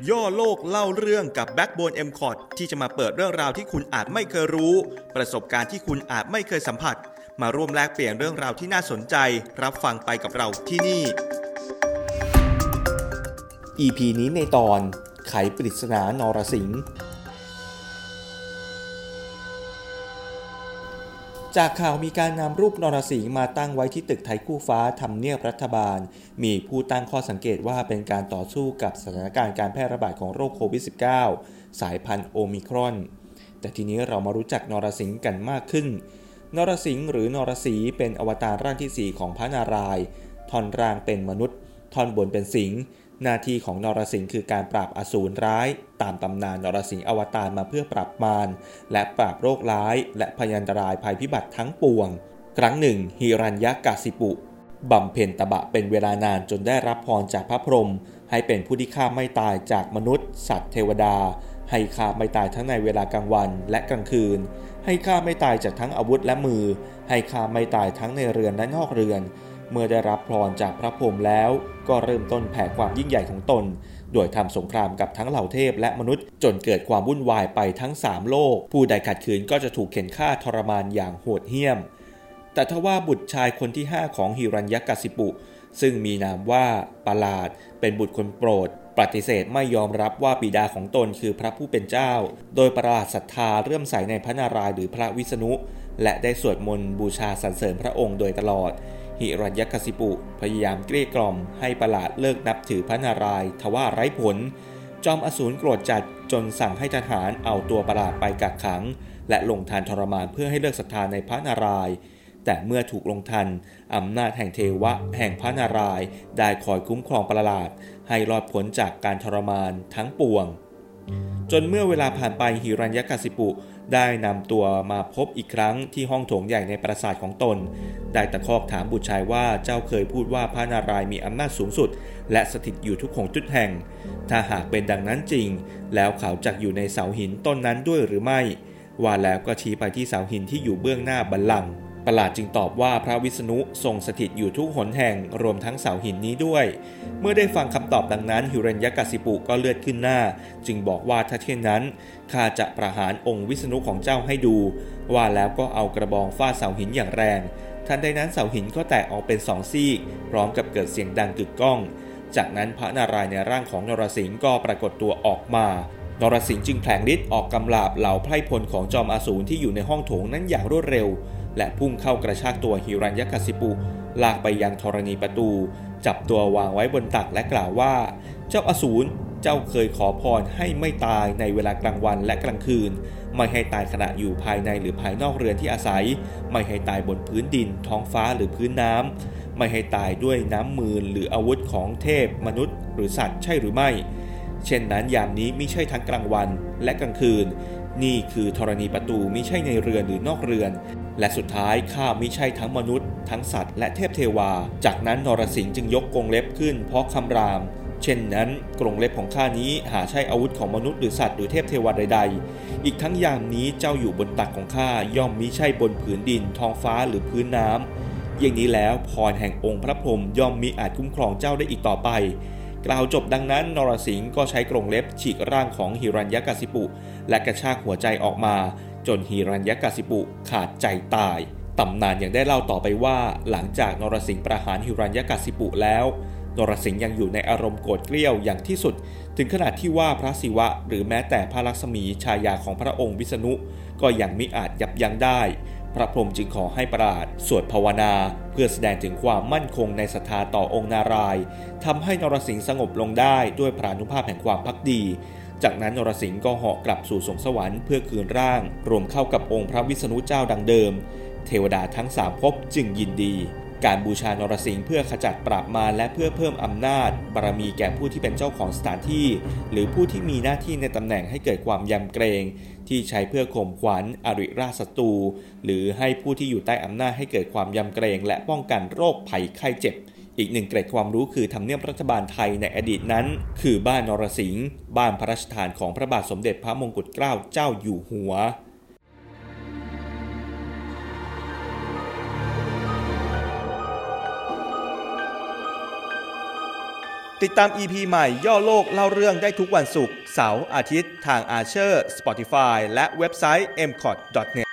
ย่อโลกเล่าเรื่องกับ Backbone MCOT ที่จะมาเปิดเรื่องราวที่คุณอาจไม่เคยรู้ประสบการณ์ที่คุณอาจไม่เคยสัมผัสมาร่วมแลกเปลี่ยนเรื่องราวที่น่าสนใจรับฟังไปกับเราที่นี่ EP นี้ในตอนไขปริศนานรสิงห์จากข่าวมีการนำรูปนรสิงห์มาตั้งไว้ที่ตึกไทยคู่ฟ้าทำเนียบรัฐบาลมีผู้ตั้งข้อสังเกตว่าเป็นการต่อสู้กับสถานการณ์การแพร่ระบาดของโรคโควิด -19 สายพันธุ์โอมิครอนแต่ทีนี้เรามารู้จักนรสิงห์กันมากขึ้นนรสิงห์หรือนรสีเป็นอวตารร่างที่4ของพระนารายณ์ท่อนล่างเป็นมนุษย์ท่อนบนเป็นสิงห์หน้าที่ของนรสิงห์คือการปราบอสูรร้ายตามตำนานนรสิงห์อวตารมาเพื่อปราบมารและปราบโรคร้ายและพยันตรายภัยพิบัติทั้งปวงครั้งหนึ่งหิรัญยกสิปุบำเพ็ญตบะเป็นเวลานานจนได้รับพรจากพระพรหมให้เป็นผู้ที่ฆ่าไม่ตายจากมนุษย์สัตว์เทวดาให้ฆ่าไม่ตายทั้งในเวลากลางวันและกลางคืนให้ฆ่าไม่ตายจากทั้งอาวุธและมือให้ฆ่าไม่ตายทั้งในเรือนและนอกเรือนเมื่อได้รับพรจากพระพรหมแล้วก็เริ่มต้นแผ่ความยิ่งใหญ่ของตนโดยทำสงครามกับทั้งเหล่าเทพและมนุษย์จนเกิดความวุ่นวายไปทั้ง3โลกผู้ใดขัดขืนก็จะถูกเข็นฆ่าทรมานอย่างโหดเหี้ยมแต่ทว่าบุตรชายคนที่5ของหิรัญยกสิปุซึ่งมีนามว่าปลาดเป็นบุตรคนโปรดปฏิเสธไม่ยอมรับว่าบิดาของตนคือพระผู้เป็นเจ้าโดยปลาดศรัทธาเลื่อมใสในพระนารายณ์หรือพระวิษณุและได้สวดมนต์บูชาสรรเสริญพระองค์โดยตลอดหิรัญยกสิปุพยายามเกลี้ยกล่อมให้ปลาดเลิกนับถือพระนารายณ์ทว่าไร้ผลจอมอสูรโกรธจัดจนสั่งให้ทหารเอาตัวปลาดไปกักขังและลงทันทรมานเพื่อให้เลิกศรัทธาในพระนารายณ์แต่เมื่อถูกลงทันอำนาจแห่งเทวะแห่งพระนารายณ์ได้คอยคุ้มครองปลาดให้รอดพ้นจากการทรมานทั้งปวงจนเมื่อเวลาผ่านไปหิรัญยกสิปุได้นำตัวมาพบอีกครั้งที่ห้องโถงใหญ่ในปราสาทของตนได้ตะคอกถามบุตรชายว่าเจ้าเคยพูดว่าพระนารายณ์มีอำนาจสูงสุดและสถิตอยู่ทุกหนทุกแห่งถ้าหากเป็นดังนั้นจริงแล้วเขาจักอยู่ในเสาหินต้นนั้นด้วยหรือไม่ว่าแล้วก็ชี้ไปที่เสาหินที่อยู่เบื้องหน้าบัลลังก์ปลาดจึงตอบว่าพระวิษณุทรงสถิตอยู่ทุกหนแห่งรวมทั้งเสาหินนี้ด้วยเมื่อได้ฟังคำตอบดังนั้นหิรัญยกสิปุก็เลือดขึ้นหน้าจึงบอกว่าถ้าเช่นนั้นข้าจะประหารองค์วิษณุของเจ้าให้ดูว่าแล้วก็เอากระบองฟาดเสาหินอย่างแรงทันใดนั้นเสาหินก็แตกออกเป็น2ซีกพร้อมกับเกิดเสียงดังกึกก้องจากนั้นพระนารายณ์ในร่างของนรสิงห์ก็ปรากฏตัวออกมานรสิงห์จึงแผลงฤทธิ์ออกกำราบเหล่าไพร่พลของจอมอสูรที่อยู่ในห้องโถงนั้นอย่างรวดเร็วและพุ่งเข้ากระชากตัวหิรัญยกสิปุลากไปยังธรณีประตูจับตัววางไว้บนตักและกล่าวว่าเจ้าอสูรเจ้าเคยขอพรให้ไม่ตายในเวลากลางวันและกลางคืนไม่ให้ตายขณะอยู่ภายในหรือภายนอกเรือนที่อาศัยไม่ให้ตายบนพื้นดินท้องฟ้าหรือพื้นน้ำไม่ให้ตายด้วยน้ำมือหรืออาวุธของเทพมนุษย์หรือสัตว์ใช่หรือไม่เช่นนั้นยามนี้มิใช่ทั้งกลางวันและกลางคืนนี่คือธรณีประตูมิใช่ในเรือนหรือนอกเรือนและสุดท้ายข้ามิใช่ทั้งมนุษย์ทั้งสัตว์และเทพเทวาจากนั้นนรสิงห์จึงยกกรงเล็บขึ้นเพราะคำรามเช่นนั้นกรงเล็บของข้านี้หาใช่อาวุธของมนุษย์หรือสัตว์หรือเทพเทวาใดๆอีกทั้งยามนี้เจ้าอยู่บนตักของข้าย่อมมิใช่บนผืนดินท้องฟ้าหรือพื้นน้ำอย่างนี้แล้วพรแห่งองค์พระพรหมย่อมมิอาจคุ้มครองเจ้าได้อีกต่อไปกล่าวจบดังนั้นนรสิงห์ก็ใช้กรงเล็บฉีกร่างของหิรัญยกสิปุและกระชากหัวใจออกมาจนหิรัญยกสิปุขาดใจตายตำนานยังได้เล่าต่อไปว่าหลังจากนรสิงห์ประหารหิรัญยกสิปุแล้วนรสิงห์ยังอยู่ในอารมณ์โกรธเกรี้ยวอย่างที่สุดถึงขนาดที่ว่าพระศิวะหรือแม้แต่พระลักษมีชายาของพระองค์วิษณุก็ยังมิอาจยับยั้งได้พระพรหมจึงขอให้ปราดสวดภาวนาเพื่อแสดงถึงความมั่นคงในศรัทธาต่อองค์นารายณ์ทำให้นรสิงห์สงบลงได้ด้วยพรานุภาพแห่งความภักดีจากนั้นนรสิงห์ก็เหาะกลับสู่สวงสวรรค์เพื่อคืนร่างรวมเข้ากับองค์พระวิษณุเจ้าดังเดิมเทวดาทั้ง3ภพจึงยินดีการบูชานรสิงห์เพื่อขจัดปราบมารและเพื่อเพิ่มอำนาจบารมีแก่ผู้ที่เป็นเจ้าของสถานที่หรือผู้ที่มีหน้าที่ในตำแหน่งให้เกิดความยำเกรงที่ใช้เพื่อข่มขวัญอริราชศัตรูหรือให้ผู้ที่อยู่ใต้อำนาจให้เกิดความยำเกรงและป้องกันโรคภัยไข้เจ็บอีกหนึ่งเกร็ดความรู้คือทำเนียบรัฐบาลไทยในอดีตนั้นคือบ้านนรสิงห์บ้านพระราชทานของพระบาทสมเด็จพระมงกุฎเกล้าเจ้าอยู่หัวตติดตาม EP ใหม่ย่อโลกเล่าเรื่องได้ทุกวันศุกร์เสาร์อาทิตย์ทาง Archer Spotify และเว็บไซต์ mcot.net